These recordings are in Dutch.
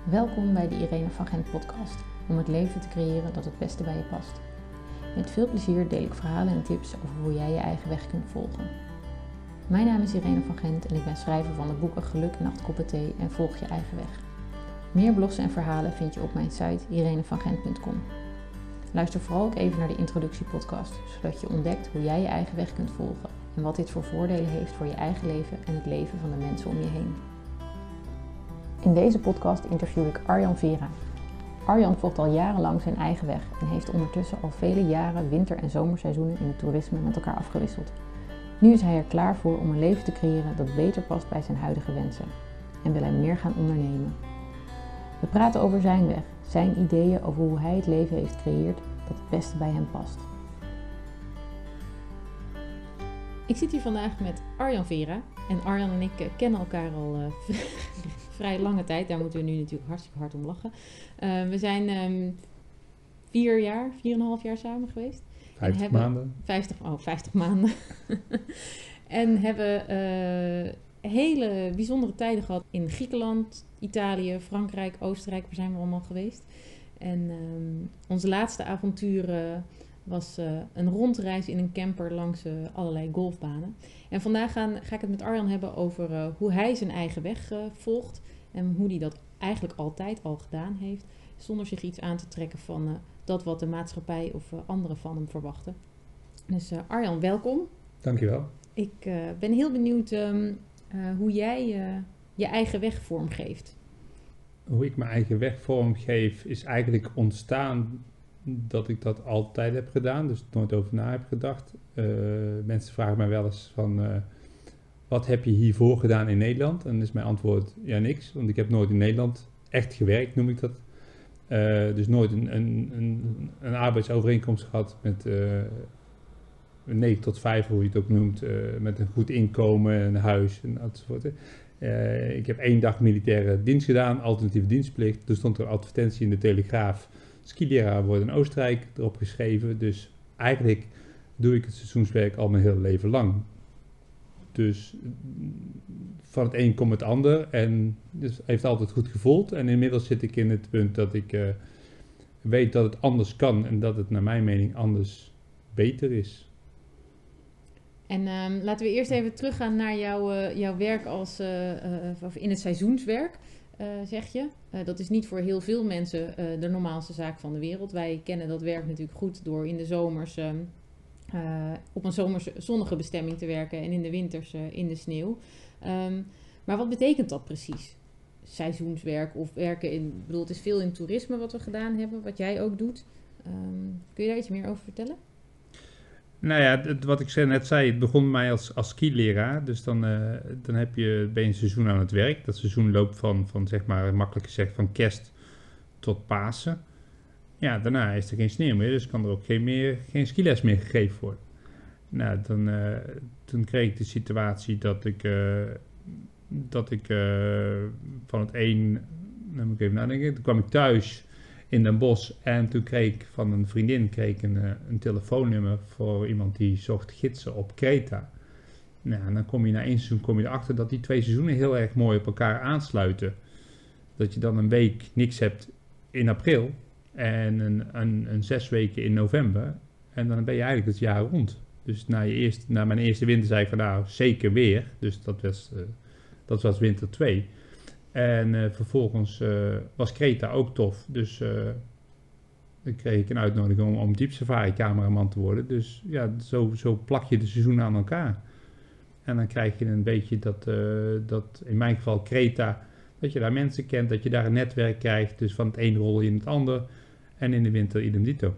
Welkom bij de Irene van Gent podcast, om het leven te creëren dat het beste bij je past. Met veel plezier deel ik verhalen en tips over hoe jij je eigen weg kunt volgen. Mijn naam is Irene van Gent en ik ben schrijver van de boeken Geluk en 8 koppen thee en Volg je eigen weg. Meer blogs en verhalen vind je op mijn site irenevangent.com. Luister vooral ook even naar de introductiepodcast, zodat je ontdekt hoe jij je eigen weg kunt volgen en wat dit voor voordelen heeft voor je eigen leven en het leven van de mensen om je heen. In deze podcast interview ik Arjan Vera. Arjan volgt al jarenlang zijn eigen weg en heeft ondertussen al vele jaren winter- en zomerseizoenen in het toerisme met elkaar afgewisseld. Nu is hij er klaar voor om een leven te creëren dat beter past bij zijn huidige wensen en wil hij meer gaan ondernemen. We praten over zijn weg, zijn ideeën over hoe hij het leven heeft gecreëerd dat het beste bij hem past. Ik zit hier vandaag met Arjan Vera en Arjan en ik kennen elkaar al vrij lange tijd. Daar moeten we nu natuurlijk hartstikke hard om lachen. We zijn 4,5 jaar samen geweest. 50 maanden. 50 maanden. En hebben hele bijzondere tijden gehad in Griekenland, Italië, Frankrijk, Oostenrijk. Waar zijn we allemaal geweest. En onze laatste avontuur was een rondreis in een camper langs allerlei golfbanen. En vandaag ga ik het met Arjan hebben over hoe hij zijn eigen weg volgt. En hoe hij dat eigenlijk altijd al gedaan heeft. Zonder zich iets aan te trekken van dat wat de maatschappij of anderen van hem verwachten. Dus Arjan, welkom. Dankjewel. Ik ben heel benieuwd hoe jij je eigen weg vormgeeft. Hoe ik mijn eigen weg vormgeef is eigenlijk ontstaan dat ik dat altijd heb gedaan. Dus nooit over na heb gedacht. Mensen vragen mij wel eens van wat heb je hiervoor gedaan in Nederland? En dan is mijn antwoord ja niks. Want ik heb nooit in Nederland echt gewerkt, noem ik dat. Dus nooit een arbeidsovereenkomst gehad met 9 tot 5, hoe je het ook noemt. Met een goed inkomen, een huis en dat soort. Ik heb 1 dag militaire dienst gedaan, alternatieve dienstplicht. Toen stond er een advertentie in de Telegraaf. Skileraar worden in Oostenrijk erop geschreven. Dus eigenlijk doe ik het seizoenswerk al mijn hele leven lang. Dus van het een komt het ander. En dus heeft altijd goed gevoeld. En inmiddels zit ik in het punt dat ik weet dat het anders kan. En dat het naar mijn mening anders beter is. En laten we eerst even teruggaan naar jouw werk als in het seizoenswerk, zeg je. Dat is niet voor heel veel mensen de normaalste zaak van de wereld. Wij kennen dat werk natuurlijk goed door in de zomers op een zomers zonnige bestemming te werken en in de winters in de sneeuw. Maar wat betekent dat precies? Seizoenswerk of werken in... Ik bedoel, het is veel in toerisme wat we gedaan hebben, wat jij ook doet. Kun je daar iets meer over vertellen? Nou ja, wat ik net zei, het begon bij mij als skileraar. Dus dan ben je een seizoen aan het werk. Dat seizoen loopt van zeg maar, makkelijk gezegd, van kerst tot Pasen. Ja, daarna is er geen sneeuw meer, dus kan er ook geen skiles meer gegeven worden. Nou, toen kreeg ik de situatie dat ik van het een, dan moet ik even nadenken, toen kwam ik thuis in Den Bosch en toen kreeg ik van een vriendin een telefoonnummer voor iemand die zocht gidsen op Kreta. Nou, en dan kom je na 1 seizoen erachter dat die 2 seizoenen heel erg mooi op elkaar aansluiten. Dat je dan een week niks hebt in april en een 6 weken in november. En dan ben je eigenlijk het jaar rond. Dus na mijn eerste winter zei ik van nou, zeker weer. Dus dat was winter 2. En vervolgens was Kreta ook tof. Dus dan kreeg ik een uitnodiging om diepsafari cameraman te worden. Dus ja, zo plak je de seizoenen aan elkaar. En dan krijg je een beetje dat in mijn geval Kreta, dat je daar mensen kent, dat je daar een netwerk krijgt. Dus van het een rol je in het ander. En in de winter idem dito.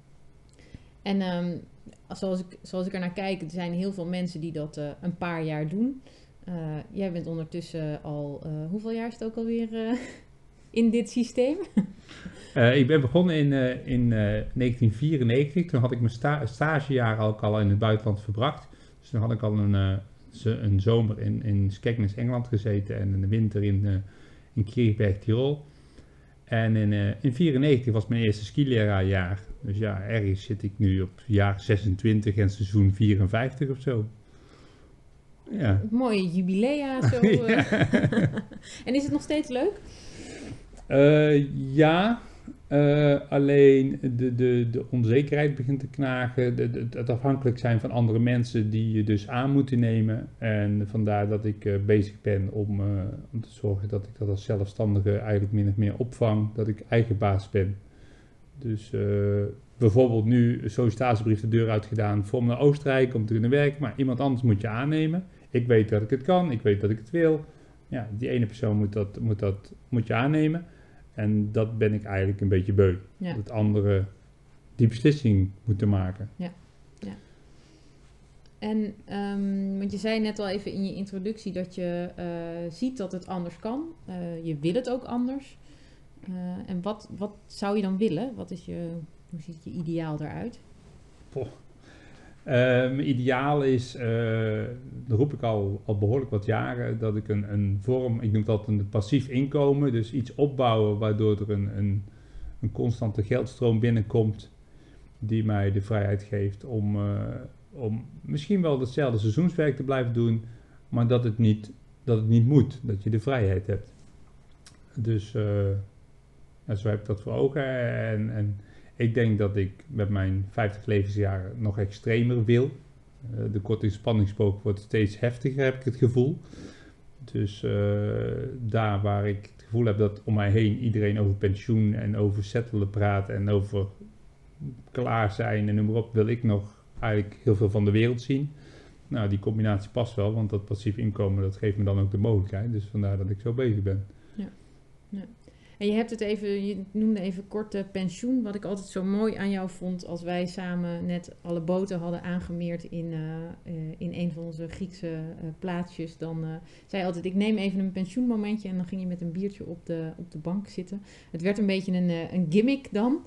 En zoals ik er naar kijk, er zijn heel veel mensen die dat een paar jaar doen. Jij bent ondertussen al, hoeveel jaar is het ook alweer in dit systeem? Ik ben begonnen in 1994. Toen had ik mijn stagejaar al in het buitenland verbracht. Dus toen had ik al een zomer in Skegness, Engeland gezeten en een winter in Kirchberg, Tirol. En in 1994 was mijn eerste skileraarjaar. Dus ja, ergens zit ik nu op jaar 26 en seizoen 54 of zo. Ja. Mooie jubilea zo. Ja. En is het nog steeds leuk? Ja, alleen de onzekerheid begint te knagen. Het afhankelijk zijn van andere mensen die je dus aan moeten nemen. En vandaar dat ik bezig ben om te zorgen dat ik dat als zelfstandige eigenlijk min of meer opvang. Dat ik eigen baas ben. Dus bijvoorbeeld nu een sollicitatiebrief de deur uitgedaan voor naar Oostenrijk om te kunnen werken. Maar iemand anders moet je aannemen. Ik weet dat ik het kan, ik weet dat ik het wil. Ja, die ene persoon moet je aannemen. En dat ben ik eigenlijk een beetje beu. Ja. Dat anderen die beslissing moeten maken. Ja. En, want je zei net al even in je introductie dat je ziet dat het anders kan. Je wil het ook anders. En wat zou je dan willen? Hoe ziet je ideaal eruit? Mijn ideaal is, dat roep ik al behoorlijk wat jaren, dat ik een vorm, ik noem dat een passief inkomen, dus iets opbouwen waardoor er een constante geldstroom binnenkomt die mij de vrijheid geeft om misschien wel hetzelfde seizoenswerk te blijven doen, maar dat het niet moet, dat je de vrijheid hebt. Dus zo heb ik dat voor ogen en ik denk dat ik met mijn 50 levensjaren nog extremer wil. De korte spanningsboog wordt steeds heftiger, heb ik het gevoel. Dus daar waar ik het gevoel heb dat om mij heen iedereen over pensioen en over settelen praat en over klaar zijn en noem maar op, wil ik nog eigenlijk heel veel van de wereld zien. Nou, die combinatie past wel, want dat passief inkomen, dat geeft me dan ook de mogelijkheid. Dus vandaar dat ik zo bezig ben. Ja. En je noemde even kort pensioen, wat ik altijd zo mooi aan jou vond als wij samen net alle boten hadden aangemeerd in een van onze Griekse plaatsjes. Dan zei je altijd, ik neem even een pensioenmomentje en dan ging je met een biertje op de bank zitten. Het werd een beetje een gimmick dan.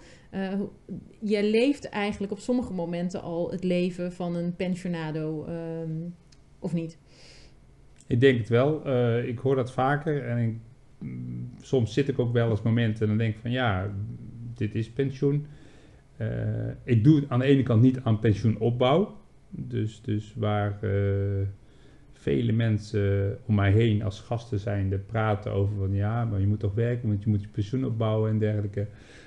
Je leeft eigenlijk op sommige momenten al het leven van een pensionado, of niet? Ik denk het wel. Ik hoor dat vaker en soms zit ik ook wel eens momenten en dan denk ik van ja, dit is pensioen. Ik doe aan de ene kant niet aan pensioenopbouw. Dus waar vele mensen om mij heen als gasten zijnde praten over van ja, maar je moet toch werken, want je moet je pensioen opbouwen en dergelijke.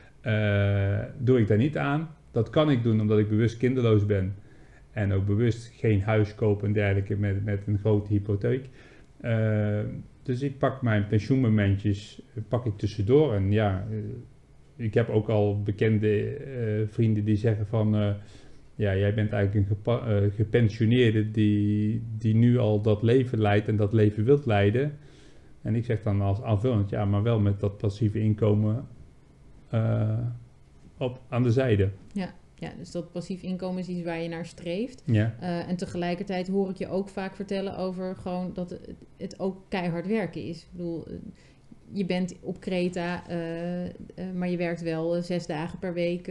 Doe ik daar niet aan. Dat kan ik doen omdat ik bewust kinderloos ben. En ook bewust geen huis kopen en dergelijke met een grote hypotheek. Dus ik pak mijn pensioenmomentjes tussendoor. En ja, ik heb ook al bekende vrienden die zeggen van ja, jij bent eigenlijk een gepensioneerde die nu al dat leven leidt en dat leven wilt leiden. En ik zeg dan als aanvullend, ja, maar wel met dat passieve inkomen aan de zijde. Ja, dus dat passief inkomen is iets waar je naar streeft. Ja. En tegelijkertijd hoor ik je ook vaak vertellen over gewoon dat het ook keihard werken is. Ik bedoel, je bent op Kreta, maar je werkt wel 6 dagen per week.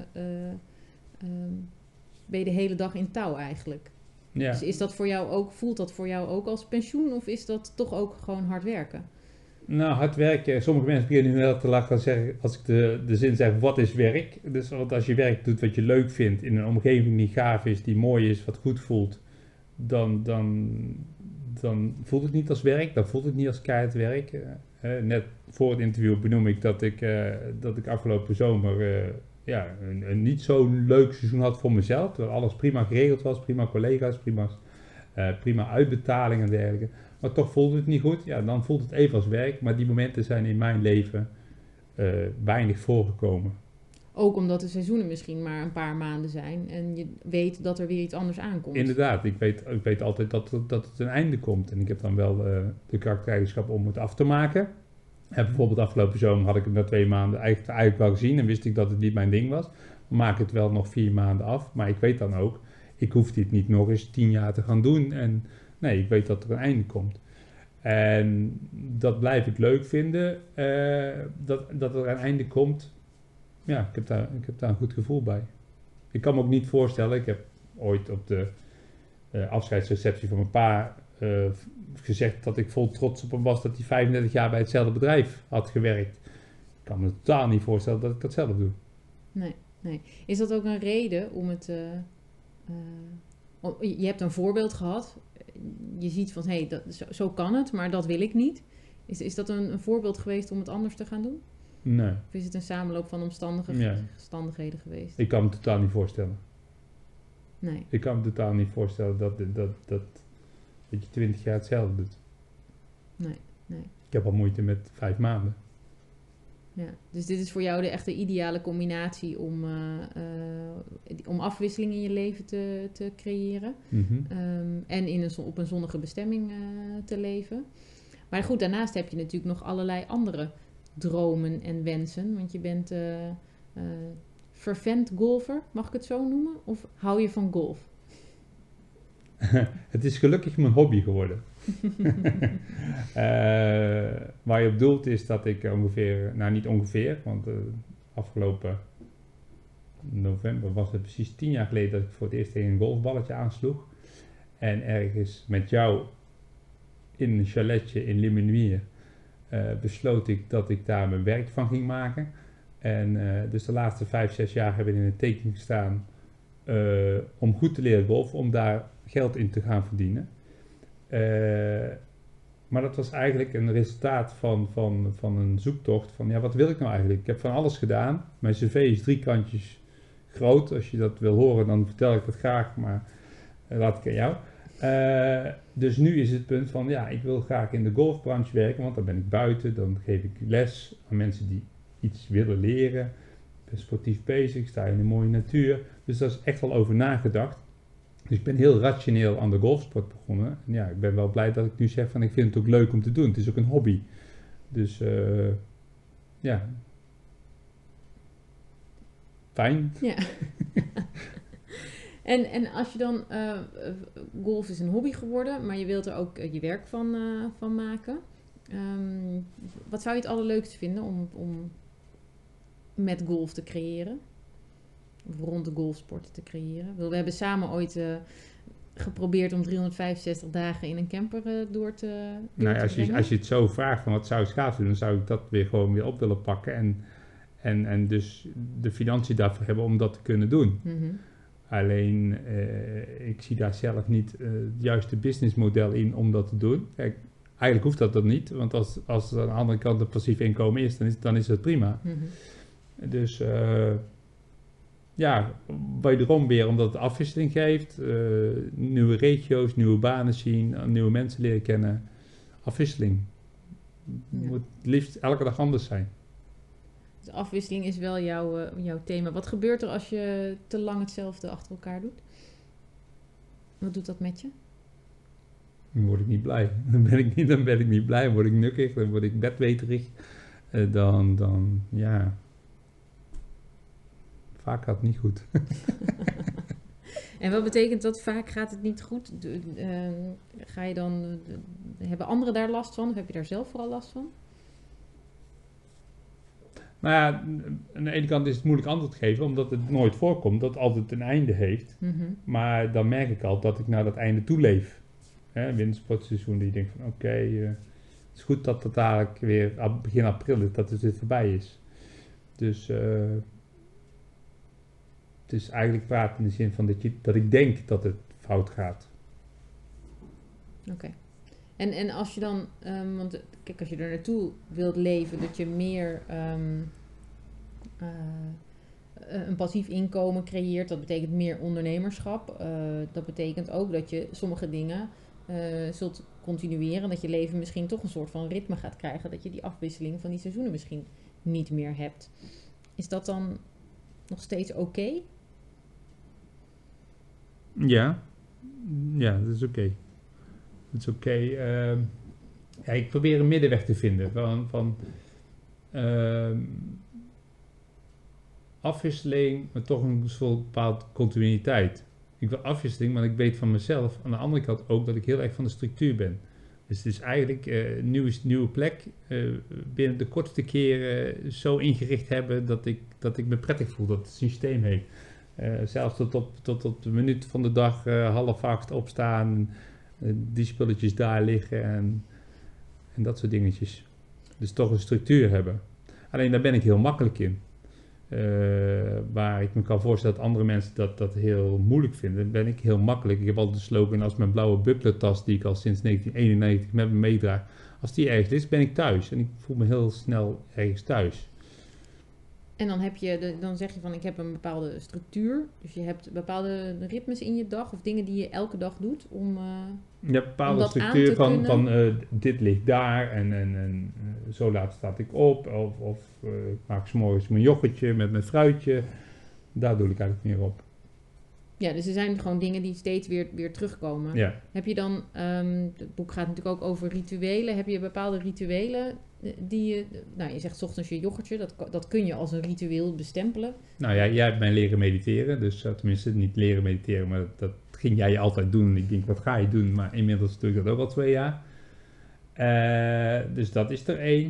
Ben je de hele dag in touw eigenlijk. Ja. Dus is dat voor jou ook, voelt dat voor jou ook als pensioen of is dat toch ook gewoon hard werken? Nou, hard werken. Sommige mensen beginnen nu wel te lachen als ik de zin zeg, wat is werk? Dus want als je werk doet wat je leuk vindt, in een omgeving die gaaf is, die mooi is, wat goed voelt, dan voelt het niet als werk, dan voelt het niet als keihard werk. Net voor het interview benoem ik dat ik afgelopen zomer een niet zo leuk seizoen had voor mezelf, terwijl alles prima geregeld was, prima collega's, prima uitbetaling en dergelijke. Maar toch voelde het niet goed. Ja, dan voelt het even als werk. Maar die momenten zijn in mijn leven weinig voorgekomen. Ook omdat de seizoenen misschien maar een paar maanden zijn. En je weet dat er weer iets anders aankomt. Inderdaad. Ik weet altijd dat het een einde komt. En ik heb dan wel de karaktereigenschap om het af te maken. Bijvoorbeeld afgelopen zomer had ik het na 2 maanden eigenlijk wel gezien. En wist ik dat het niet mijn ding was. Maak het wel nog 4 maanden af. Maar ik weet dan ook, ik hoef dit niet nog eens 10 jaar te gaan doen. En nee, ik weet dat er een einde komt. En dat blijf ik leuk vinden, dat er een einde komt. Ja, ik heb daar een goed gevoel bij. Ik kan me ook niet voorstellen, ik heb ooit op de afscheidsreceptie van mijn pa gezegd dat ik vol trots op hem was dat hij 35 jaar bij hetzelfde bedrijf had gewerkt. Ik kan me totaal niet voorstellen dat ik dat zelf doe. Nee. Is dat ook een reden om het... je hebt een voorbeeld gehad. Je ziet van, zo kan het, maar dat wil ik niet. Is dat een voorbeeld geweest om het anders te gaan doen? Nee. Of is het een samenloop van omstandigheden geweest? Ik kan me totaal niet voorstellen. Nee. Ik kan me totaal niet voorstellen dat je 20 jaar hetzelfde doet. Nee. Ik heb al moeite met 5 maanden. Ja, dus dit is voor jou de echte ideale combinatie om afwisseling in je leven te creëren. Mm-hmm. En op een zonnige bestemming te leven. Maar goed, daarnaast heb je natuurlijk nog allerlei andere dromen en wensen. Want je bent fervent golfer, mag ik het zo noemen? Of hou je van golf? Het is gelukkig mijn hobby geworden. Waar je op doelt is dat ik niet ongeveer, want afgelopen november was het precies 10 jaar geleden dat ik voor het eerst tegen een golfballetje aansloeg. En ergens met jou in een chaletje in Limenuier besloot ik dat ik daar mijn werk van ging maken. En dus de laatste 5-6 jaar hebben we in het teken gestaan om goed te leren golfen, om daar geld in te gaan verdienen. Maar dat was eigenlijk een resultaat van een zoektocht van, ja, wat wil ik nou eigenlijk? Ik heb van alles gedaan. Mijn cv is 3 kantjes groot. Als je dat wil horen, dan vertel ik dat graag, maar laat ik aan jou. Dus nu is het punt van, ja, ik wil graag in de golfbranche werken, want dan ben ik buiten, dan geef ik les aan mensen die iets willen leren. Ik ben sportief bezig, sta in de mooie natuur. Dus daar is echt wel over nagedacht. Dus ik ben heel rationeel aan de golfsport begonnen. En ja, ik ben wel blij dat ik nu zeg van, ik vind het ook leuk om te doen. Het is ook een hobby. Dus ja. Fijn. Ja. En als je dan, golf is een hobby geworden, maar je wilt er ook je werk van maken. Wat zou je het allerleukste vinden om met golf te creëren? Of rond de golfsporten te creëren? We hebben samen ooit geprobeerd om 365 dagen in een camper door te brengen. Als je het zo vraagt van wat zou ik gaaf doen, dan zou ik dat gewoon weer op willen pakken. En dus de financiën daarvoor hebben om dat te kunnen doen. Mm-hmm. Alleen, ik zie daar zelf niet het juiste businessmodel in om dat te doen. Kijk, eigenlijk hoeft dat niet, want als aan de andere kant een passief inkomen is, dan is het prima. Mm-hmm. Dus ja, wederom weer omdat het afwisseling geeft, nieuwe regio's, nieuwe banen zien, nieuwe mensen leren kennen. Afwisseling. Ja. Moet liefst elke dag anders zijn. Dus afwisseling is wel jouw thema. Wat gebeurt er als je te lang hetzelfde achter elkaar doet? Wat doet dat met je? Dan word ik niet blij. Dan ben ik niet blij. Dan word ik nukkig, dan word ik bedweterig. Dan ja. Vaak gaat het niet goed. En wat betekent dat? Vaak gaat het niet goed. Ga je dan, hebben anderen daar last van? Of heb je daar zelf vooral last van? Nou ja, aan de ene kant is het moeilijk antwoord geven, omdat het nooit voorkomt, dat het altijd een einde heeft. Mm-hmm. Maar dan merk ik al dat ik naar dat einde toe leef. Wintersportseizoen, die denkt van oké, het is goed dat het dadelijk weer begin april is, dat het weer voorbij is. Dus het is eigenlijk praten in de zin van dat ik denk dat het fout gaat. Oké. En als je dan, want kijk, als je er naartoe wilt leven, dat je meer een passief inkomen creëert, dat betekent meer ondernemerschap. Dat betekent ook dat je sommige dingen zult continueren, dat je leven misschien toch een soort van ritme gaat krijgen, dat je die afwisseling van die seizoenen misschien niet meer hebt. Is dat dan nog steeds oké? Ja, dat is oké. Het is oké. Ja, ik probeer een middenweg te vinden van afwisseling, maar toch een soort bepaalde continuïteit. Ik wil afwisseling, maar ik weet van mezelf aan de andere kant ook dat ik heel erg van de structuur ben. Dus het is eigenlijk een nieuwe plek, binnen de kortste keren zo ingericht hebben dat ik me prettig voel, dat het systeem heeft. Zelfs tot op de minuut van de dag 7:30 opstaan, die spulletjes daar liggen en dat soort dingetjes. Dus toch een structuur hebben. Alleen daar ben ik heel makkelijk in. Waar ik me kan voorstellen dat andere mensen dat heel moeilijk vinden, ben ik heel makkelijk. Ik heb altijd de slogan als mijn blauwe bucklertas die ik al sinds 1991 met me meedraag. Als die ergens is, ben ik thuis. En ik voel me heel snel ergens thuis. En dan dan zeg je van ik heb een bepaalde structuur. Dus je hebt bepaalde ritmes in je dag of dingen die je elke dag doet om Je hebt een bepaalde dat structuur aan te van dit ligt daar en zo laat staat ik op. Of ik maak 's morgens mijn yoghurtje met mijn fruitje. Daar doe ik eigenlijk meer op. Ja, dus er zijn gewoon dingen die steeds weer terugkomen. Ja. Heb je dan, het boek gaat natuurlijk ook over rituelen. Heb je bepaalde rituelen die je... Nou, je zegt 's ochtends je yoghurtje. Dat kun je als een ritueel bestempelen. Nou ja, jij hebt mij leren mediteren. Dus tenminste, niet leren mediteren, maar dat ging jij altijd doen. Ik denk, wat ga je doen? Maar inmiddels doe ik dat ook al 2 jaar. Dus dat is er 1.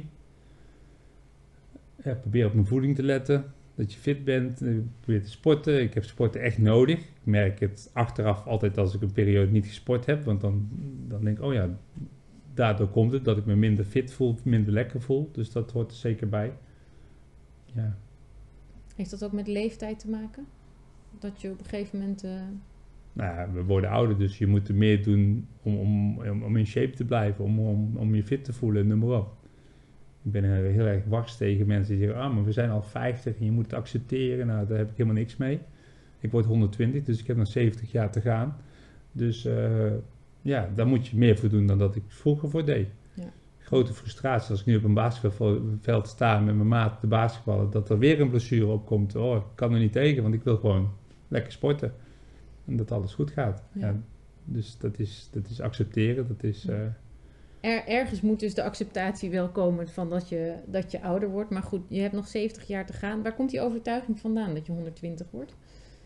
Ja, probeer op mijn voeding te letten. Dat je fit bent. Probeer te sporten. Ik heb sporten echt nodig. Ik merk het achteraf altijd als ik een periode niet gesport heb. Want dan denk ik, oh ja, daardoor komt het dat ik me minder fit voel, minder lekker voel. Dus dat hoort er zeker bij. Ja. Heeft dat ook met leeftijd te maken? Dat je op een gegeven moment... Nou ja, we worden ouder, dus je moet er meer doen om in shape te blijven. Om je fit te voelen, noem maar op. Ik ben heel erg wars tegen mensen die zeggen, maar we zijn al 50 en je moet het accepteren. Nou, daar heb ik helemaal niks mee. Ik word 120, dus ik heb nog 70 jaar te gaan. Dus ja, daar moet je meer voor doen dan dat ik vroeger voor deed. Ja. Grote frustratie als ik nu op een basketbalveld sta met mijn maat te basketballen, dat er weer een blessure opkomt. Oh, ik kan er niet tegen, want ik wil gewoon lekker sporten. En dat alles goed gaat. Ja. Ja, dus dat is accepteren. Dat is... Ergens moet dus de acceptatie wel komen van dat je ouder wordt. Maar goed, je hebt nog 70 jaar te gaan. Waar komt die overtuiging vandaan dat je 120 wordt?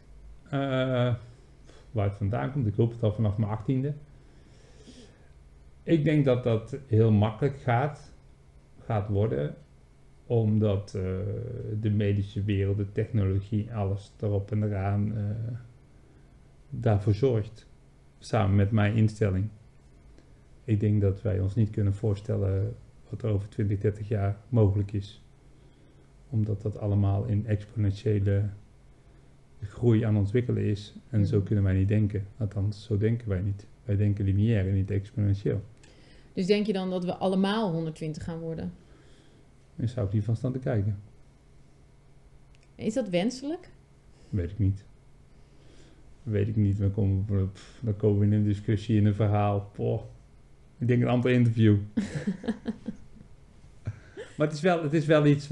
Waar het vandaan komt, ik hoop het al vanaf mijn 18e. Ik denk dat dat heel makkelijk gaat worden. Omdat de medische wereld, de technologie, alles erop en eraan daarvoor zorgt. Samen met mijn instelling. Ik denk dat wij ons niet kunnen voorstellen wat er over 20, 30 jaar mogelijk is. Omdat dat allemaal in exponentiële groei aan ontwikkelen is. En zo kunnen wij niet denken. Althans, zo denken wij niet. Wij denken lineair en niet exponentieel. Dus denk je dan dat we allemaal 120 gaan worden? Daar zou ik niet van staan te kijken. Is dat wenselijk? Weet ik niet. Weet ik niet. Dan komen we in een discussie, in een verhaal. Poh. Ik denk een ander interview. Maar het is wel iets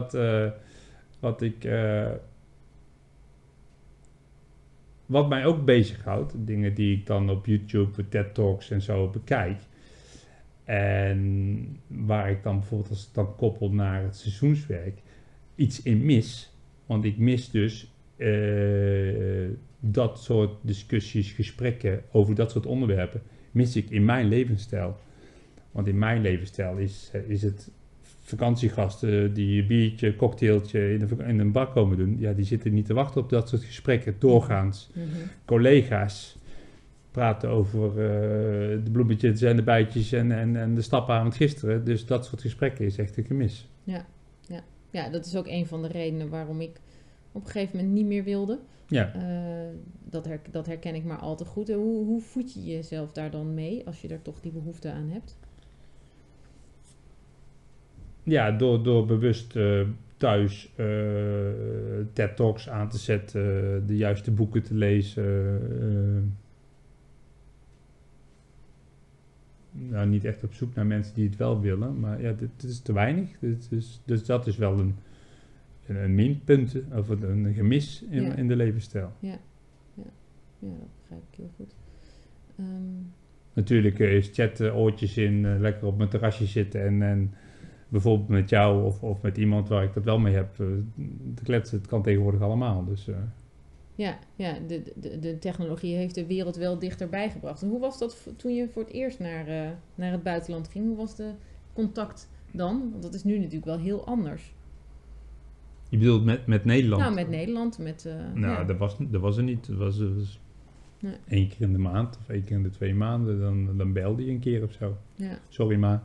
wat mij ook bezighoudt. Dingen die ik dan op YouTube, TED Talks en zo bekijk. En waar ik dan bijvoorbeeld, als ik dan koppel naar het seizoenswerk, iets in mis. Want ik mis dus dat soort discussies, gesprekken over dat soort onderwerpen, mis ik in mijn levensstijl. Want in mijn levensstijl is het vakantiegasten die een biertje, cocktailtje in een bar komen doen. Ja, die zitten niet te wachten op dat soort gesprekken, doorgaans. Mm-hmm. Collega's praten over de bloemetjes en de bijtjes en de stapavond gisteren. Dus dat soort gesprekken is echt een gemis. Ja, dat is ook een van de redenen waarom ik op een gegeven moment niet meer wilde. Ja. Dat herken ik maar al te goed. En hoe voed je jezelf daar dan mee als je daar toch die behoefte aan hebt? Ja, door bewust thuis TED Talks aan te zetten, de juiste boeken te lezen. Nou, niet echt op zoek naar mensen die het wel willen, maar ja, dit is te weinig. Dus dat is wel een minpunt of een gemis in de levensstijl. Ja, dat begrijp ik heel goed. Natuurlijk is chatten, oortjes in, lekker op mijn terrasje zitten en bijvoorbeeld met jou of met iemand waar ik dat wel mee heb te kletsen. Het kan tegenwoordig allemaal. Dus, Ja, de technologie heeft de wereld wel dichterbij gebracht. En hoe was dat toen je voor het eerst naar het buitenland ging? Hoe was de contact dan? Want dat is nu natuurlijk wel heel anders. Je bedoelt met Nederland? Nou, met Nederland. Dat was er niet. Dat was nee. 1 keer in de maand of 1 keer in de 2 maanden. Dan belde je een keer of zo. Ja. Sorry, ma.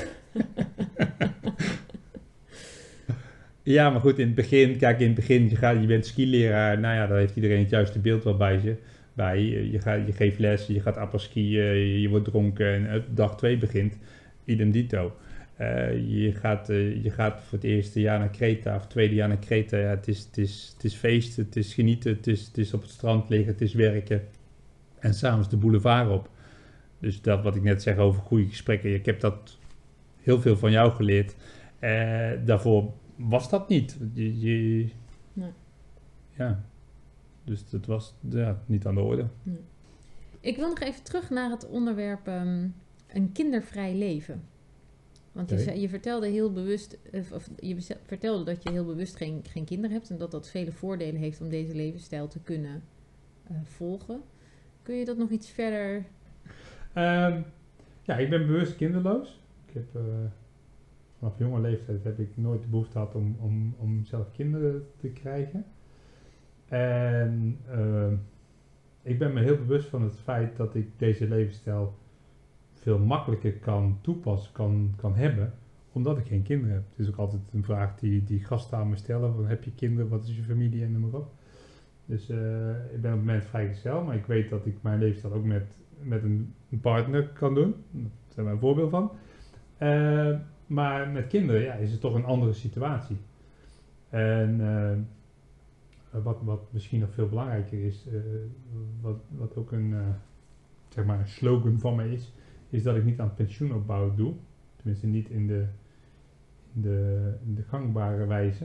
Ja, maar goed, in het begin, je bent skileraar. Nou ja, dan heeft iedereen het juiste beeld wel bij je. Je geeft les, je gaat apres-skiën, je wordt dronken en dag 2 begint. idem dito. Je gaat voor het eerste jaar naar Kreta of het tweede jaar naar Kreta. Ja, het is feesten, het is genieten, het is op het strand liggen, het is werken. En s'avonds de boulevard op. Dus dat wat ik net zeg over goede gesprekken. Ik heb dat heel veel van jou geleerd. Daarvoor was dat niet. Nee. Ja. Dus dat was niet aan de orde. Nee. Ik wil nog even terug naar het onderwerp een kindervrij leven. Want je vertelde heel bewust, je vertelde dat je heel bewust geen kinderen hebt en dat vele voordelen heeft om deze levensstijl te kunnen volgen. Kun je dat nog iets verder? Ja, ik ben bewust kinderloos. Ik heb vanaf jonge leeftijd heb ik nooit de behoefte gehad om zelf kinderen te krijgen. En ik ben me heel bewust van het feit dat ik deze levensstijl veel makkelijker kan toepassen, kan hebben, omdat ik geen kinderen heb. Het is ook altijd een vraag die gasten aan me stellen, van heb je kinderen, wat is je familie en noem maar op. Dus ik ben op het moment vrijgezel, maar ik weet dat ik mijn levensstijl ook met een partner kan doen. Daar zijn wij een voorbeeld van. Maar met kinderen is het toch een andere situatie. En wat misschien nog veel belangrijker is, wat ook een slogan van mij is dat ik niet aan pensioenopbouw doe. Tenminste niet in de gangbare wijze.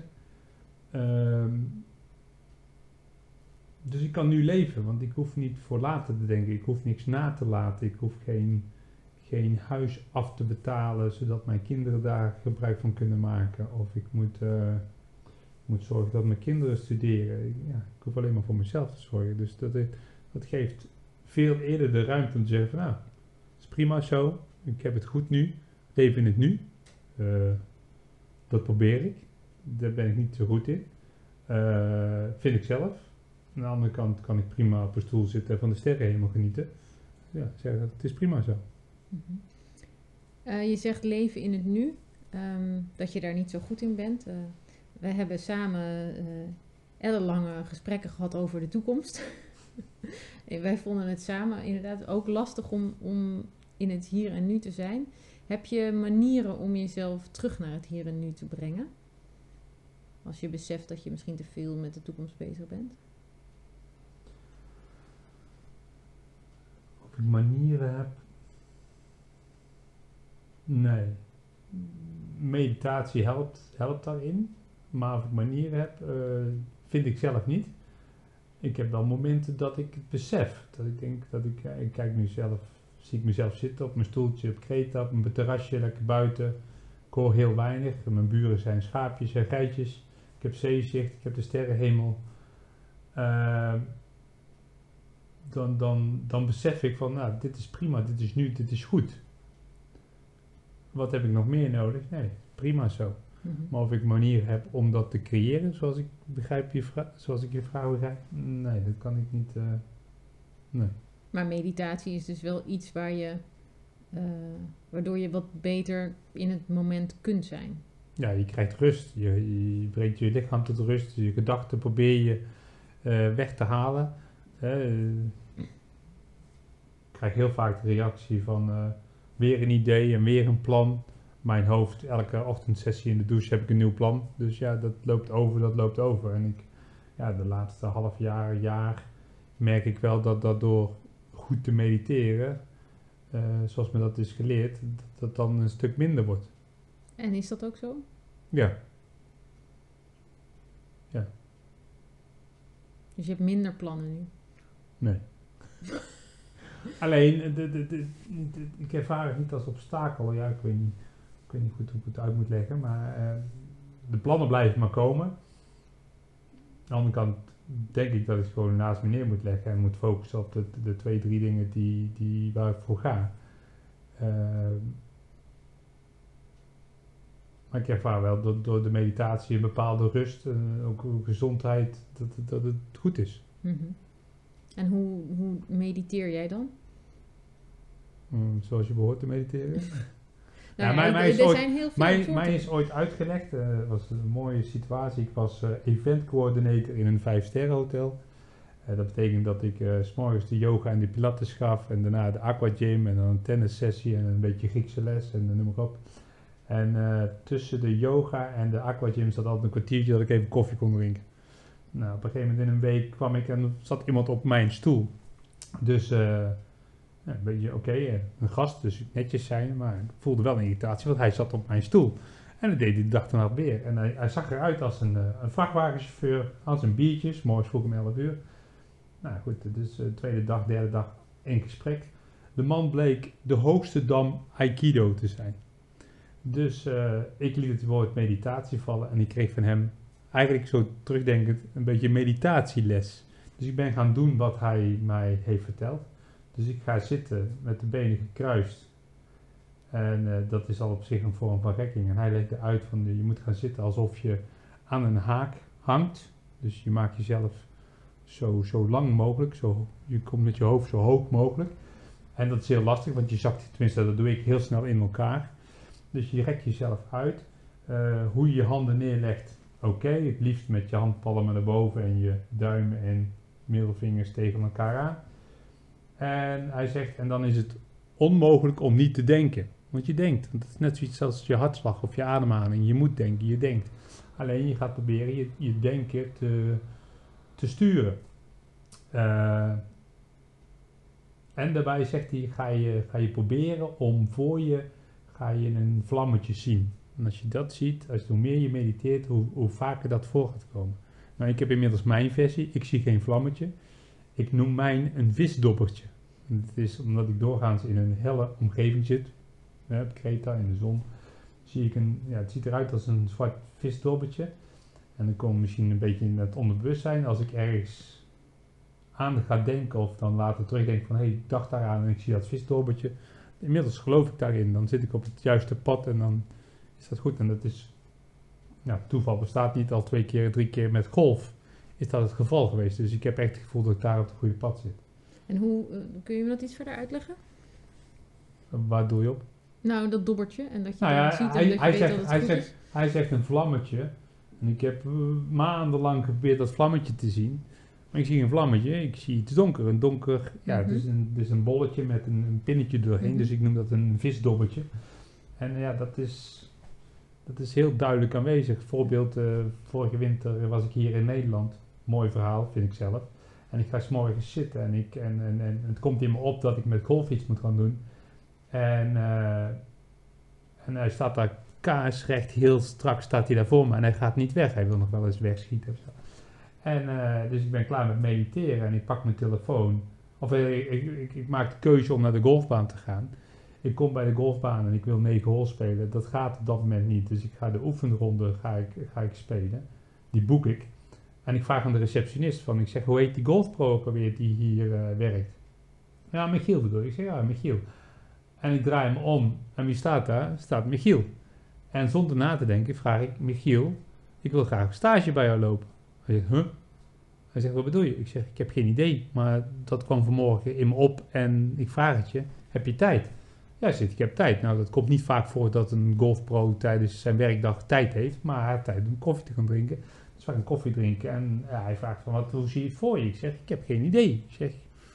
Dus ik kan nu leven, want ik hoef niet voor later te denken. Ik hoef niks na te laten. Ik hoef geen huis af te betalen, zodat mijn kinderen daar gebruik van kunnen maken. Of ik moet zorgen dat mijn kinderen studeren. Ik hoef alleen maar voor mezelf te zorgen. Dus dat geeft veel eerder de ruimte om te zeggen van het is prima zo. Ik heb het goed nu. Leven in het nu. Dat probeer ik. Daar ben ik niet zo goed in. Vind ik zelf. Aan de andere kant kan ik prima op een stoel zitten en van de sterrenhemel genieten. Ja, zeggen dat het is prima zo. Mm-hmm. Je zegt leven in het nu. Dat je daar niet zo goed in bent. Wij hebben samen ellenlange gesprekken gehad over de toekomst. Wij vonden het samen inderdaad ook lastig om in het hier en nu te zijn. Heb je manieren om jezelf terug naar het hier en nu te brengen? Als je beseft dat je misschien te veel met de toekomst bezig bent. Of ik manieren heb? Nee. Meditatie helpt daarin. Maar of ik manieren heb, vind ik zelf niet. Ik heb wel momenten dat ik het besef. Dat ik denk dat ik kijk nu zelf, zie ik mezelf zitten op mijn stoeltje op Kreta, op mijn terrasje, lekker buiten. Ik hoor heel weinig. Mijn buren zijn schaapjes en geitjes. Ik heb zeezicht, ik heb de sterrenhemel. Dan besef ik van, dit is prima, dit is nu, dit is goed. Wat heb ik nog meer nodig? Nee, prima zo. Mm-hmm. Maar of ik manier heb om dat te creëren, zoals ik je vraag begrijp, nee, dat kan ik niet. Nee. Maar meditatie is dus wel iets waardoor je wat beter in het moment kunt zijn. Ja, je krijgt rust. Je brengt je lichaam tot rust. Je gedachten probeer je weg te halen. Ik krijg heel vaak de reactie van weer een idee en weer een plan. Mijn hoofd, elke ochtendsessie in de douche heb ik een nieuw plan. Dus ja, dat loopt over. En de laatste half jaar merk ik wel dat door goed te mediteren, zoals me dat is geleerd, dat dan een stuk minder wordt. En is dat ook zo? Ja. Dus je hebt minder plannen nu? Nee. Alleen, ik ervaar het niet als obstakel. Ja, ik weet niet goed hoe ik het uit moet leggen, maar de plannen blijven maar komen. Aan de andere kant denk ik dat ik gewoon naast me neer moet leggen en moet focussen op de 2, 3 dingen waar ik voor ga. Maar ik ervaar wel door de meditatie een bepaalde rust en ook gezondheid dat het goed is. Mm-hmm. En hoe mediteer jij dan? Zoals je behoort te mediteren. Mij is ooit uitgelegd, het was een mooie situatie. Ik was event coördinator in een 5-sterren hotel. Dat betekent dat ik 's morgens de yoga en de pilates gaf en daarna de aqua gym en dan een tennissessie en een beetje Griekse les en noem maar op. En tussen de yoga en de aqua gym zat altijd een kwartiertje dat ik even koffie kon drinken. Nou, op een gegeven moment in een week kwam ik en zat iemand op mijn stoel. Dus een beetje oké, een gast, dus netjes zijn, maar ik voelde wel een irritatie, want hij zat op mijn stoel. En dat deed hij de dag daarna weer. En hij zag eruit als een vrachtwagenchauffeur, als een biertje, 's morgens vroeg om 11 uur. Nou goed, dus tweede dag, derde dag, één gesprek. De man bleek de hoogste dam Aikido te zijn. Dus ik liet het woord meditatie vallen en ik kreeg van hem, eigenlijk zo terugdenkend, een beetje meditatieles. Dus ik ben gaan doen wat hij mij heeft verteld. Dus ik ga zitten met de benen gekruist. En dat is al op zich een vorm van rekking. En hij legde uit van je moet gaan zitten alsof je aan een haak hangt. Dus je maakt jezelf zo lang mogelijk. Je komt met je hoofd zo hoog mogelijk. En dat is heel lastig, want je zakt, tenminste dat doe ik, heel snel in elkaar. Dus je rekt jezelf uit. Hoe je je handen neerlegt, oké. Het liefst met je handpalmen naar boven en je duimen en middelvingers tegen elkaar aan. En hij zegt, en dan is het onmogelijk om niet te denken. Want je denkt, want het is net zoiets als je hartslag of je ademhaling. Je moet denken, je denkt. Alleen je gaat proberen je denken te sturen. En daarbij zegt hij, ga je proberen om voor je, ga je een vlammetje zien. En als je dat ziet, hoe meer je mediteert, hoe vaker dat voor gaat komen. Nou, ik heb inmiddels mijn versie, ik zie geen vlammetje. Ik noem mijn een visdobbertje. En dat is omdat ik doorgaans in een helle omgeving zit. Op Kreta, in de zon. Zie ik het ziet eruit als een zwart visdobbertje. En dan kom ik misschien een beetje in het onderbewustzijn. Als ik ergens aan ga denken of dan later terugdenk van ik dacht daaraan en ik zie dat visdobbertje. Inmiddels geloof ik daarin. Dan zit ik op het juiste pad en dan is dat goed. En dat is, toeval bestaat niet, al 2 keer, 3 keer met golf is dat het geval geweest. Dus ik heb echt het gevoel dat ik daar op het goede pad zit. En hoe, kun je me dat iets verder uitleggen? Waar doe je op? Nou, dat dobbertje en dat je dan ziet en dat je weet dat het goed is. Hij zegt een vlammetje. En ik heb maandenlang geprobeerd dat vlammetje te zien. Maar ik zie een vlammetje, ik zie iets donker. Een donker, het is een bolletje met een pinnetje doorheen. Dus ik noem dat een visdobbertje. En dat is heel duidelijk aanwezig. Voorbeeld, vorige winter was ik hier in Nederland. Mooi verhaal, vind ik zelf. En ik ga 's morgens zitten en het komt in me op dat ik met golf iets moet gaan doen. En hij staat daar kaarsrecht, heel strak staat hij daar voor me en hij gaat niet weg. Hij wil nog wel eens wegschieten of zo. En dus ik ben klaar met mediteren en ik pak mijn telefoon. Of ik maak de keuze om naar de golfbaan te gaan. Ik kom bij de golfbaan en ik wil 9 holes spelen. Dat gaat op dat moment niet. Dus ik ga de oefenronde ga ik spelen. Die boek ik. En ik vraag aan de receptionist van, ik zeg, hoe heet die golfpro ook alweer die hier werkt? Ja, Michiel bedoel ik. Ik zeg, ja, Michiel. En ik draai hem om. En wie staat daar? Staat Michiel. En zonder na te denken vraag ik, Michiel, ik wil graag stage bij jou lopen. Hij zegt, huh? Hij zegt, wat bedoel je? Ik zeg, ik heb geen idee. Maar dat kwam vanmorgen in me op en ik vraag het je, heb je tijd? Ja, zegt, ik heb tijd. Nou, dat komt niet vaak voor dat een golfpro tijdens zijn werkdag tijd heeft. Maar hij heeft tijd om koffie te gaan drinken. Dus we gaan koffie drinken. En hij vraagt van, hoe zie je het voor je? Ik zeg, ik heb geen idee. Ik zeg,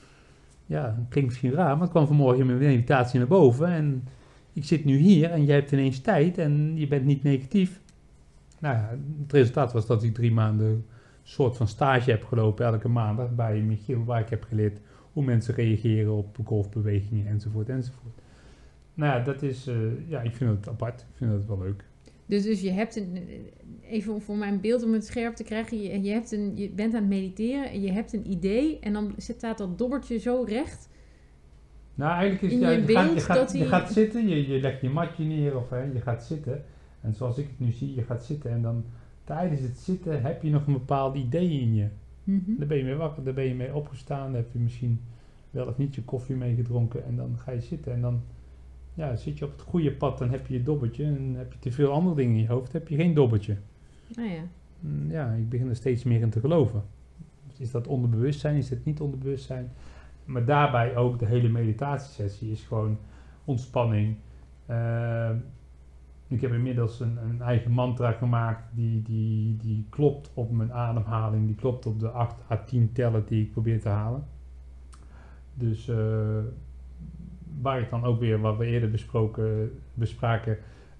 ja, dat klinkt misschien raar, maar het kwam vanmorgen in mijn meditatie naar boven. En ik zit nu hier en jij hebt ineens tijd en je bent niet negatief. Nou ja, het resultaat was dat ik 3 maanden een soort van stage heb gelopen elke maandag bij Michiel, waar ik heb geleerd hoe mensen reageren op golfbewegingen enzovoort enzovoort. Nou ja, dat is, ik vind het apart. Ik vind het wel leuk. Dus je hebt even voor mijn beeld om het scherp te krijgen, je bent aan het mediteren en je hebt een idee en dan staat dat dobbertje zo recht. Nou, eigenlijk is je gaat zitten, je legt je matje neer of je gaat zitten. En zoals ik het nu zie, je gaat zitten en dan tijdens het zitten heb je nog een bepaald idee in je. Mm-hmm. Daar ben je mee wakker, daar ben je mee opgestaan, daar heb je misschien wel of niet je koffie mee gedronken en dan ga je zitten en dan zit je op het goede pad, dan heb je je dobbertje en heb je te veel andere dingen in je hoofd, heb je geen dobbertje. Ah ja. Ja, ik begin er steeds meer in te geloven. Is dat onderbewustzijn, is het niet onderbewustzijn? Maar daarbij ook de hele meditatiesessie is gewoon ontspanning. Ik heb inmiddels een eigen mantra gemaakt die klopt op mijn ademhaling, die klopt op de 8 à 10 tellen die ik probeer te halen. Dus waar ik dan ook weer, wat we eerder bespraken,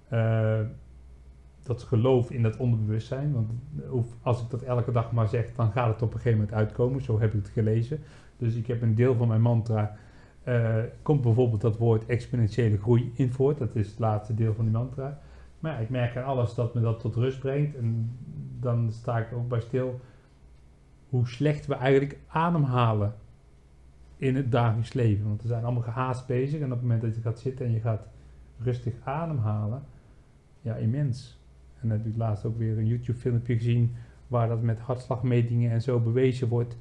dat geloof in dat onderbewustzijn. Want als ik dat elke dag maar zeg, dan gaat het op een gegeven moment uitkomen. Zo heb ik het gelezen. Dus ik heb een deel van mijn mantra, komt bijvoorbeeld dat woord exponentiële groei in voort. Dat is het laatste deel van die mantra. Maar ja, ik merk aan alles dat me dat tot rust brengt. En dan sta ik ook bij stil hoe slecht we eigenlijk ademhalen in het dagelijks leven. Want we zijn allemaal gehaast bezig. En op het moment dat je gaat zitten en je gaat rustig ademhalen, ja, immens. En dan heb ik laatst ook weer een YouTube filmpje gezien waar dat met hartslagmetingen en zo bewezen wordt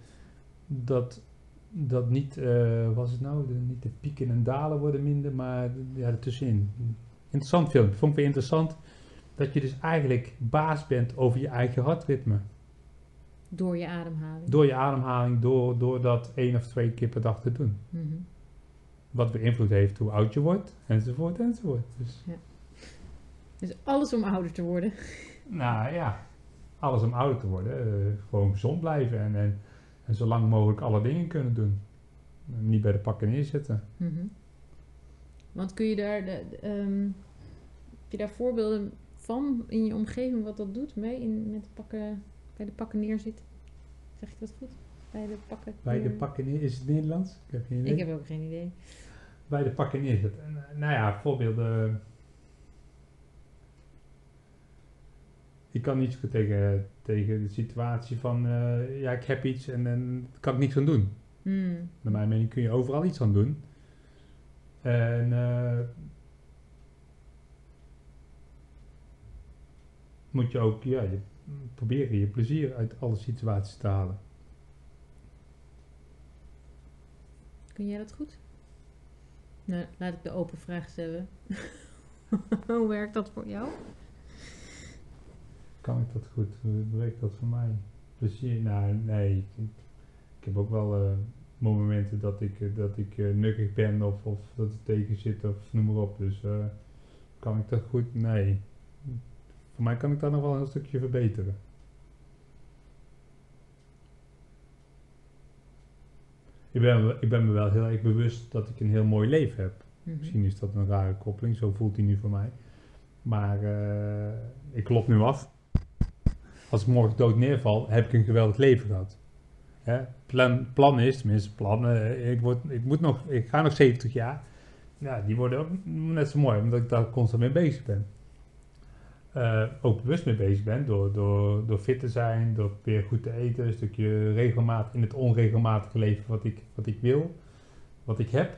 dat niet, was het nou, niet de pieken en dalen worden minder, maar ja, ertussenin. Interessant filmpje, vond ik weer interessant dat je dus eigenlijk baas bent over je eigen hartritme. Door je ademhaling. Door je ademhaling, door dat 1 of 2 keer per dag te doen. Mm-hmm. Wat weer invloed heeft hoe oud je wordt, enzovoort, enzovoort. Dus, ja. Dus alles om ouder te worden. Nou ja, alles om ouder te worden. Gewoon gezond blijven en zo lang mogelijk alle dingen kunnen doen. Niet bij de pakken neerzetten. Mm-hmm. Want kun je daar, heb je daar voorbeelden van in je omgeving wat dat doet mee met de pakken, bij de pakken neerzitten? Zeg ik dat goed? Bij de pakken neer, is het Nederlands? Ik heb geen idee. Ik heb ook geen idee. Bij de pakken neerzetten. Nou ja, voorbeelden. Ik kan niet zo goed tegen de situatie van, ja, ik heb iets en dan kan ik niks aan doen. Naar mijn mening kun je overal iets aan doen. En moet je ook proberen je plezier uit alle situaties te halen. Kun jij dat goed? Nou, laat ik de open vraag stellen. Hoe werkt dat voor jou? Kan ik dat goed? Hoe werkt dat voor mij? Plezier? Nou, nee. Ik heb ook wel momenten dat ik nukkig ben of dat het tegen zit of noem maar op. Dus kan ik dat goed? Nee. Voor mij kan ik daar nog wel een stukje verbeteren. Ik ben me wel heel erg bewust dat ik een heel mooi leven heb. Mm-hmm. Misschien is dat een rare koppeling, zo voelt hij nu voor mij. Maar ik klop nu af. Als ik morgen dood neerval, heb ik een geweldig leven gehad. Plan is, tenminste plannen, ik ga nog 70 jaar. Ja, die worden ook net zo mooi, omdat ik daar constant mee bezig ben. Ook bewust mee bezig ben, door fit te zijn, door weer goed te eten, een stukje regelmaat in het onregelmatige leven wat ik wil, wat ik heb.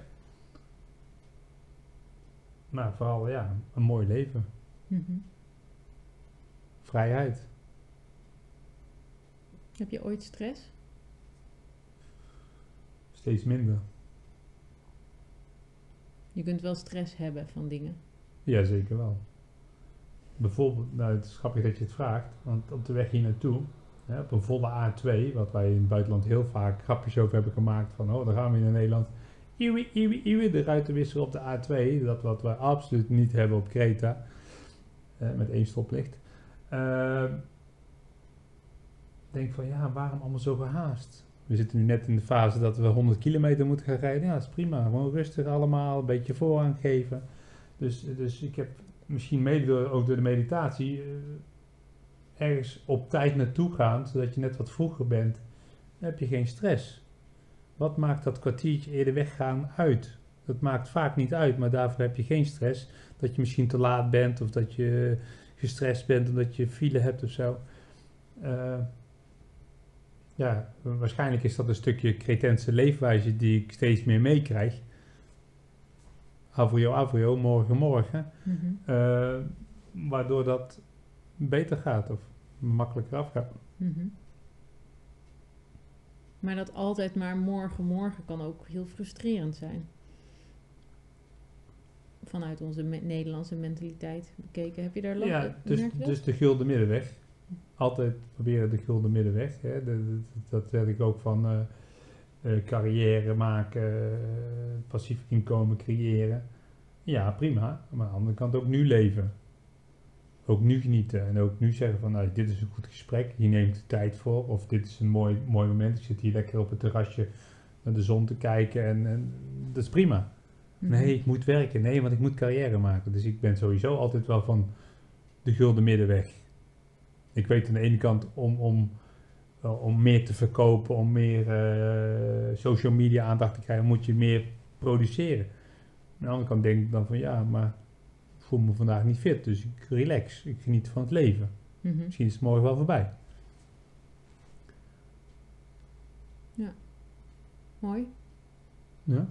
Maar vooral, ja, een mooi leven. Mm-hmm. Vrijheid. Heb je ooit stress? Steeds minder. Je kunt wel stress hebben van dingen. Ja, zeker wel. Bijvoorbeeld, nou, het is grappig dat je het vraagt, want op de weg hier naartoe, op een volle A2, wat wij in het buitenland heel vaak grapjes over hebben gemaakt, van dan gaan we in Nederland, de ruitenwisser op de A2, dat wat wij absoluut niet hebben op Kreta, met 1 stoplicht. Denk van, ja, waarom allemaal zo gehaast? We zitten nu net in de fase dat we 100 kilometer moeten gaan rijden. Ja, dat is prima. Gewoon rustig allemaal, een beetje voorrang geven. Dus ik heb misschien mede ook door de meditatie ergens op tijd naartoe gaan, zodat je net wat vroeger bent. Dan heb je geen stress. Wat maakt dat kwartiertje eerder weggaan uit? Dat maakt vaak niet uit, maar daarvoor heb je geen stress. Dat je misschien te laat bent of dat je gestrest bent omdat je file hebt of zo. Ja, waarschijnlijk is dat een stukje cretense leefwijze die ik steeds meer meekrijg. Avrio, morgen. Mm-hmm. Waardoor dat beter gaat of makkelijker afgaat. Mm-hmm. Maar dat altijd maar morgen kan ook heel frustrerend zijn. Vanuit onze Nederlandse mentaliteit bekeken. Heb je daar last van? Ja, dus de gulden middenweg. Altijd proberen de gulden middenweg. Hè. Dat zeg ik ook van carrière maken, passief inkomen creëren. Ja, prima. Maar aan de andere kant ook nu leven. ook nu genieten. En ook nu zeggen van, nou, dit is een goed gesprek. Hier neem ik de tijd voor. Of dit is een mooi moment. Ik zit hier lekker op het terrasje naar de zon te kijken. En dat is prima. Nee, ik moet werken. Nee, want ik moet carrière maken. Dus ik ben sowieso altijd wel van de gulden middenweg. Ik weet aan de ene kant om meer te verkopen, om meer social media aandacht te krijgen, moet je meer produceren. Aan de andere kant denk ik dan van ja, maar ik voel me vandaag niet fit, dus ik relax. Ik geniet van het leven. Misschien is het morgen wel voorbij. Ja, mooi. Ja.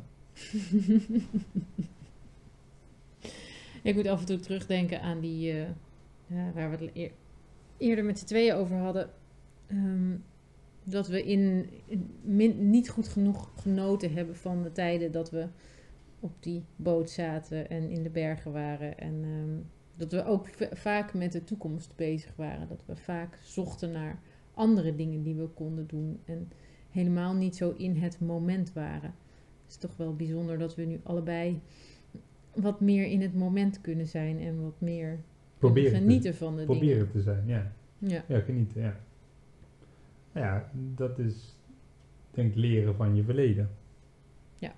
Ik moet af en toe terugdenken aan die, waar we het eerder met z'n tweeën over hadden. Dat we niet goed genoeg genoten hebben van de tijden dat we op die boot zaten en in de bergen waren. En dat we ook vaak met de toekomst bezig waren. Dat we vaak zochten naar andere dingen die we konden doen. En helemaal niet zo in het moment waren. Het is toch wel bijzonder dat we nu allebei wat meer in het moment kunnen zijn. En wat meer genieten van de dingen. Proberen te zijn, ja. Ja, genieten, ja. Ja, dat is denk ik leren van je verleden. Ja.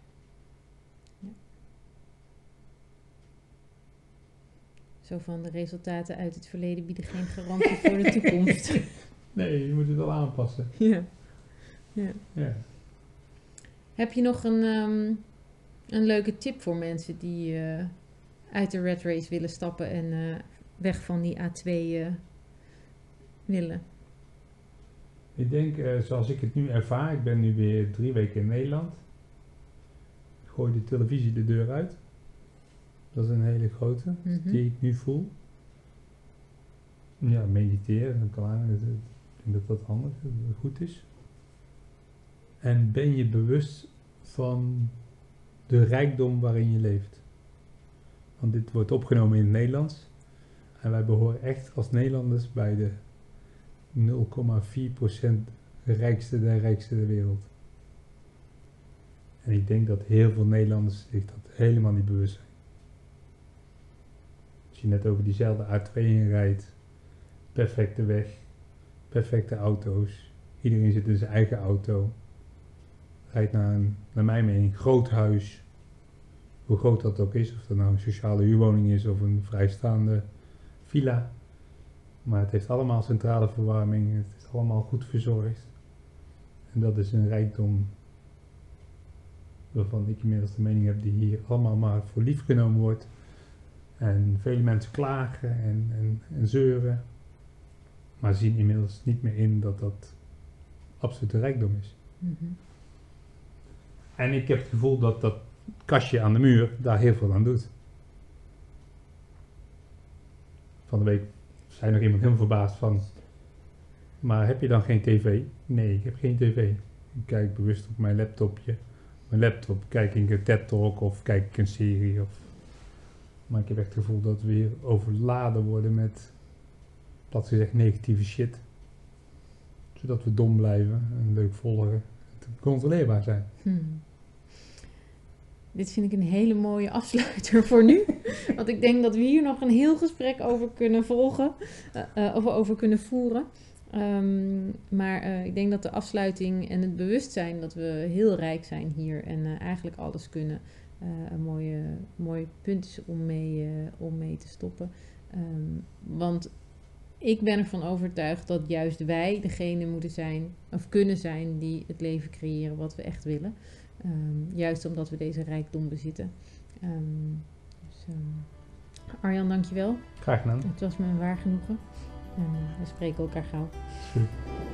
Zo van de resultaten uit het verleden bieden geen garantie voor de toekomst. Nee, je moet het wel aanpassen. Ja. Heb je nog een leuke tip voor mensen die uit de rat race willen stappen en weg van die A2 willen? Ik denk, zoals ik het nu ervaar, ik ben nu weer 3 weken in Nederland. Ik gooi de televisie de deur uit. Dat is een hele grote, die ik nu voel. Ja, mediteren, klaar. Ik denk dat handig goed is. En ben je bewust van de rijkdom waarin je leeft. Want dit wordt opgenomen in het Nederlands. En wij behoren echt als Nederlanders bij de 0,4% rijkste der wereld. En ik denk dat heel veel Nederlanders zich dat helemaal niet bewust zijn. Als je net over diezelfde A2 heen rijdt, perfecte weg, perfecte auto's, iedereen zit in zijn eigen auto, rijdt naar mijn mening, groot huis, hoe groot dat ook is, of dat nou een sociale huurwoning is of een vrijstaande villa. Maar het heeft allemaal centrale verwarming, het is allemaal goed verzorgd. En dat is een rijkdom waarvan ik inmiddels de mening heb die hier allemaal maar voor lief genomen wordt. En vele mensen klagen en zeuren, maar zien inmiddels niet meer in dat dat absolute rijkdom is. En ik heb het gevoel dat dat kastje aan de muur daar heel veel aan doet. Van de week zei nog iemand helemaal verbaasd van, maar heb je dan geen tv? Nee, ik heb geen tv. Ik kijk bewust op mijn laptopje. Mijn laptop kijk ik een TED Talk of kijk ik een serie. Maar ik heb echt het gevoel dat we weer overladen worden met, plat gezegd, negatieve shit. Zodat we dom blijven en leuk volgen. En controleerbaar zijn. Dit vind ik een hele mooie afsluiter voor nu. Want ik denk dat we hier nog een heel gesprek over kunnen volgen. Of over kunnen voeren. Maar ik denk dat de afsluiting en het bewustzijn dat we heel rijk zijn hier. En eigenlijk alles kunnen. Een mooie punt is om mee te stoppen. Want ik ben ervan overtuigd dat juist wij degene moeten zijn. Of kunnen zijn die het leven creëren wat we echt willen. Juist omdat we deze rijkdom bezitten. Arjan, dankjewel. Graag gedaan. Het was me een waar genoegen. En we spreken elkaar gauw. Super.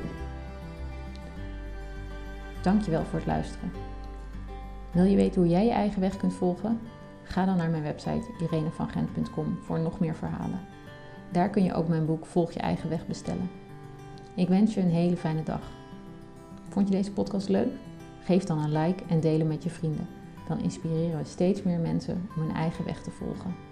Dankjewel voor het luisteren. Wil je weten hoe jij je eigen weg kunt volgen? Ga dan naar mijn website irenevangent.com voor nog meer verhalen. Daar kun je ook mijn boek Volg je eigen weg bestellen. Ik wens je een hele fijne dag. Vond je deze podcast leuk? Geef dan een like en deel hem met je vrienden. Dan inspireren we steeds meer mensen om hun eigen weg te volgen.